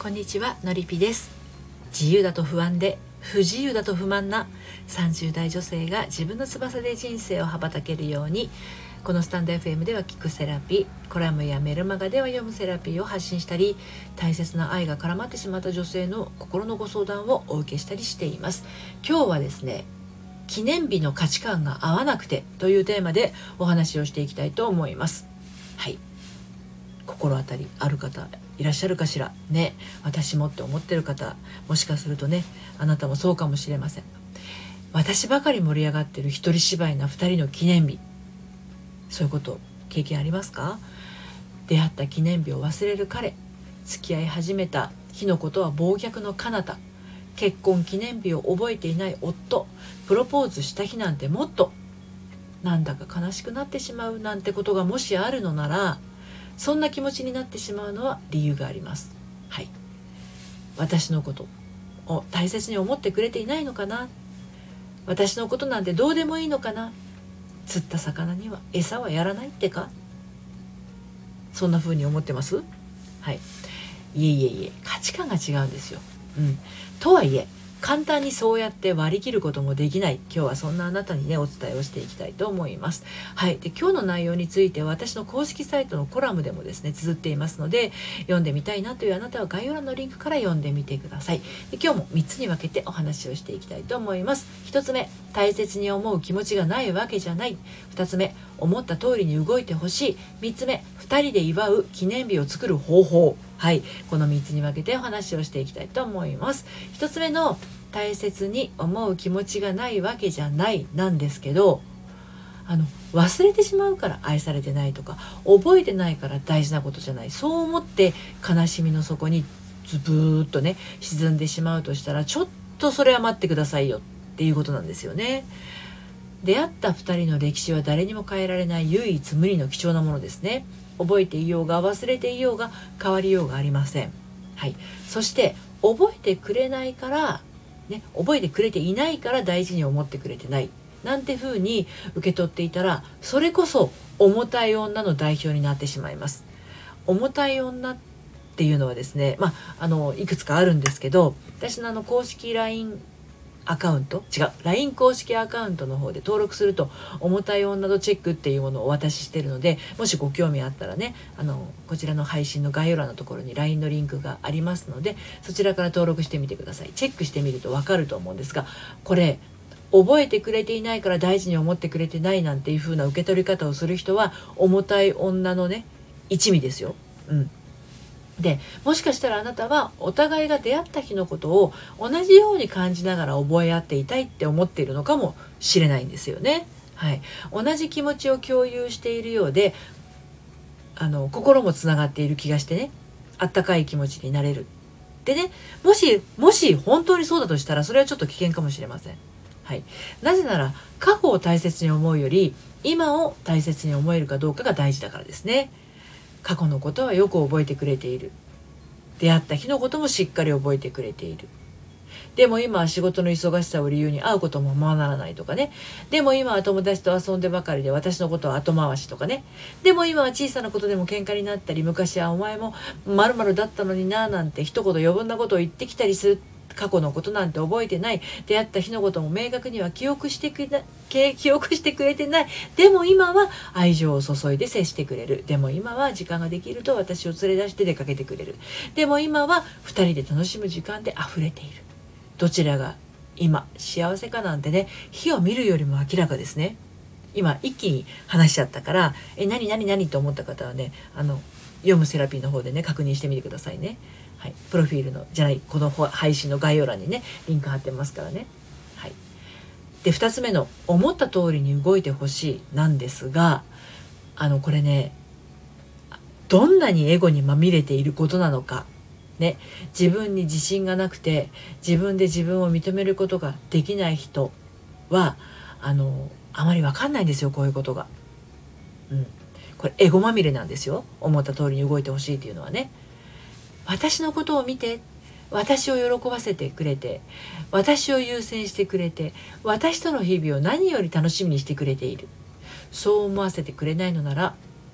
こんにちは、のりぴです。自由だと不安で不自由だと不満な30代女性が自分の翼で人生を羽ばたけるように、このスタンド FM では聞くセラピー、コラムやメルマガでは読むセラピーを発信したり、大切な愛が絡まってしまった女性の心のご相談をお受けしたりしています。今日はですね、記念日の価値観が合わなくてというテーマでお話をしていきたいと思います。はい、心当たりある方いらっしゃるかしらね。私もって思ってる方、もしかするとね、あなたもそうかもしれません。私ばかり盛り上がってる一人芝居な2人の記念日、そういうこと経験ありますか？出会った記念日を忘れる彼、付き合い始めた日のことは忘却の彼方、結婚記念日を覚えていない夫、プロポーズした日なんてもっと、なんだか悲しくなってしまうなんてことがもしあるのなら、そんな気持ちになってしまうのは理由があります。はい、私のことを大切に思ってくれていないのかな、私のことなんてどうでもいいのかな、釣った魚には餌はやらないってか、そんな風に思ってます？はい、いえ、価値観が違うんですよ。とはいえ簡単にそうやって割り切ることもできない。今日はそんなあなたにね、お伝えをしていきたいと思います。はい。で、今日の内容については私の公式サイトのコラムでもですね、綴っていますので、読んでみたいなというあなたは概要欄のリンクから読んでみてください。で、今日も3つに分けてお話をしていきたいと思います。1つ目、大切に思う気持ちがないわけじゃない。2つ目、思った通りに動いてほしい。3つ目、2人で祝う記念日を作る方法。はい、この3つに分けてお話をしていきたいと思います。1つ目の大切に思う気持ちがないわけじゃないなんですけど、忘れてしまうから愛されてないとか、覚えてないから大事なことじゃない、そう思って悲しみの底にズブーっとね沈んでしまうとしたら、ちょっとそれは待ってくださいよっていうことなんですよね。出会った2人の歴史は誰にも変えられない唯一無二の貴重なものですね。覚えていようが忘れていようが変わりようがありません。はい、そして覚えてくれないからね、覚えてくれていないから大事に思ってくれてないなんて風に受け取っていたら、それこそ重たい女の代表になってしまいます。重たい女っていうのはですね、いくつかあるんですけど、私の公式 LINE アカウント、LINE 公式アカウントの方で登録すると重たい女のチェックっていうものをお渡ししているので、もしご興味あったらね、こちらの配信の概要欄のところに LINE のリンクがありますので、そちらから登録してみてください。チェックしてみるとわかると思うんですが、これ覚えてくれていないから大事に思ってくれてないなんていう風な受け取り方をする人は重たい女のね一味ですよ。で、もしかしたらあなたはお互いが出会った日のことを同じように感じながら覚え合っていたいって思っているのかもしれないんですよね。はい、同じ気持ちを共有しているようで、心もつながっている気がしてね、あったかい気持ちになれる。でね、もし本当にそうだとしたら、それはちょっと危険かもしれません。はい、なぜなら過去を大切に思うより今を大切に思えるかどうかが大事だからですね。過去のことはよく覚えてくれている。出会った日のこともしっかり覚えてくれている。でも今は仕事の忙しさを理由に会うこともままならないとかね。でも今は友達と遊んでばかりで私のことは後回しとかね。でも今は小さなことでも喧嘩になったり、昔はお前も〇〇だったのにななんて一言余分なことを言ってきたりする。過去のことなんて覚えてない。出会った日のことも明確には記憶してくれてない。でも今は愛情を注いで接してくれる。でも今は時間ができると私を連れ出して出かけてくれる。でも今は二人で楽しむ時間で溢れている。どちらが今幸せかなんてね、火を見るよりも明らかですね。今一気に話しちゃったから、何と思った方はね、読むセラピーの方でね確認してみてくださいね。はい、プロフィールのこの配信の概要欄にねリンク貼ってますからね。はい、で2つ目の思った通りに動いてほしいなんですが、これね、どんなにエゴにまみれていることなのかね、自分に自信がなくて自分で自分を認めることができない人はあまり分かんないんですよ、こういうことが。これエゴまみれなんですよ。思った通りに動いてほしいっていうのはね。私のことを見て、私を喜ばせてくれて、私を優先してくれて、私との日々を何より楽しみにしてくれている。そう思わせてくれないのなら、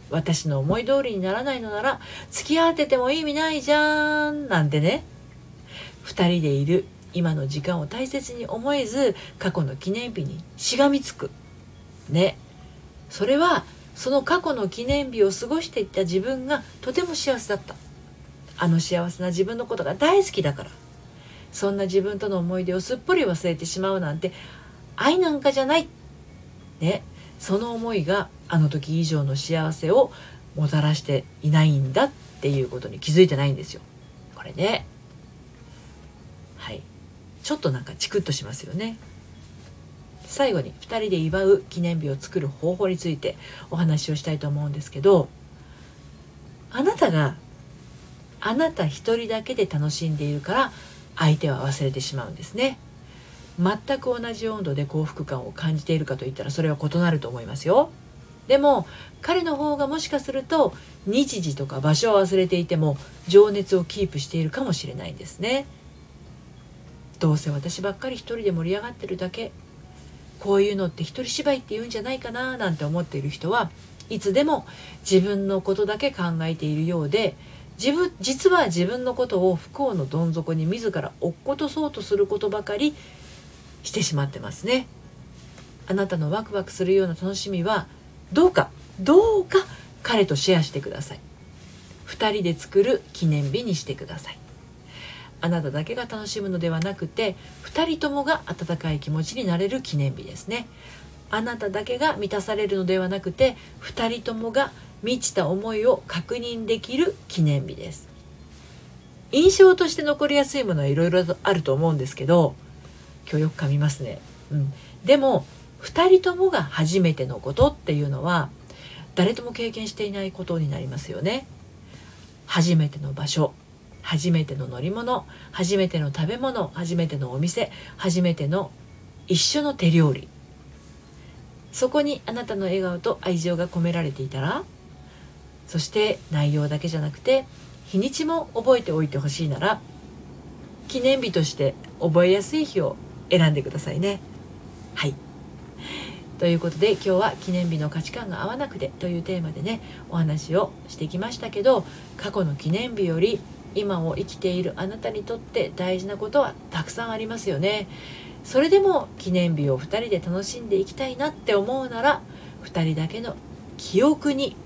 私の思い通りにならないのなら付き合ってても意味ないじゃんなんてね、二人でいる今の時間を大切に思えず過去の記念日にしがみつくね。それはその過去の記念日を過ごしていった自分がとても幸せだった、あの幸せな自分のことが大好きだから、そんな自分との思い出をすっぽり忘れてしまうなんて愛なんかじゃないね。その思いがあの時以上の幸せをもたらしていないんだっていうことに気づいてないんですよ、これね。はい、ちょっとなんかチクッとしますよね。最後に2人で祝う記念日を作る方法についてお話をしたいと思うんですけど、あなたがあなた一人だけで楽しんでいるから相手は忘れてしまうんですね。全く同じ温度で幸福感を感じているかといったらそれは異なると思いますよ。でも彼の方がもしかすると日時とか場所を忘れていても情熱をキープしているかもしれないんですね。どうせ私ばっかり一人で盛り上がってるだけ、こういうのって一人芝居って言うんじゃないかななんて思っている人はいつでも自分のことだけ考えているようで、実は自分のことを不幸のどん底に自ら落っことそうとすることばかりしてしまってますね。あなたのワクワクするような楽しみはどうか彼とシェアしてください。2人で作る記念日にしてください。あなただけが楽しむのではなくて2人ともが温かい気持ちになれる記念日ですね。あなただけが満たされるのではなくて2人ともが満ちた思いを確認できる記念日です。印象として残りやすいものはいろいろあると思うんですけど、今日よく噛みますね、でも2人ともが初めてのことっていうのは誰とも経験していないことになりますよね。初めての場所、初めての乗り物、初めての食べ物、初めてのお店、初めての一緒の手料理、そこにあなたの笑顔と愛情が込められていたら、そして内容だけじゃなくて日にちも覚えておいてほしいなら、記念日として覚えやすい日を選んでくださいね。はい、ということで今日は記念日の価値観が合わなくてというテーマでねお話をしてきましたけど、過去の記念日より今を生きているあなたにとって大事なことはたくさんありますよね。それでも記念日を2人で楽しんでいきたいなって思うなら、2人だけの記憶に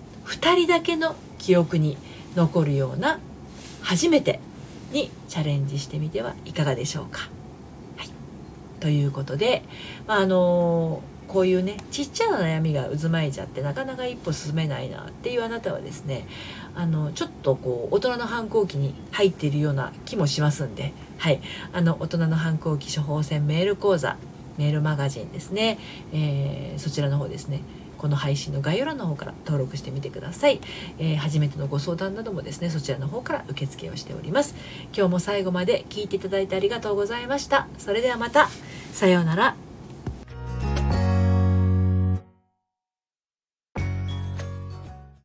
残るような初めてにチャレンジしてみてはいかがでしょうか。はい、ということで、こういうねちっちゃな悩みが渦巻いちゃってなかなか一歩進めないなっていうあなたはですね、ちょっとこう大人の反抗期に入っているような気もしますんで、はい、大人の反抗期処方箋メール講座、メールマガジンですね、そちらの方ですね、この配信の概要欄の方から登録してみてください。初めてのご相談などもですねそちらの方から受付をしております。今日も最後まで聞いていただいてありがとうございました。それではまた、さようなら。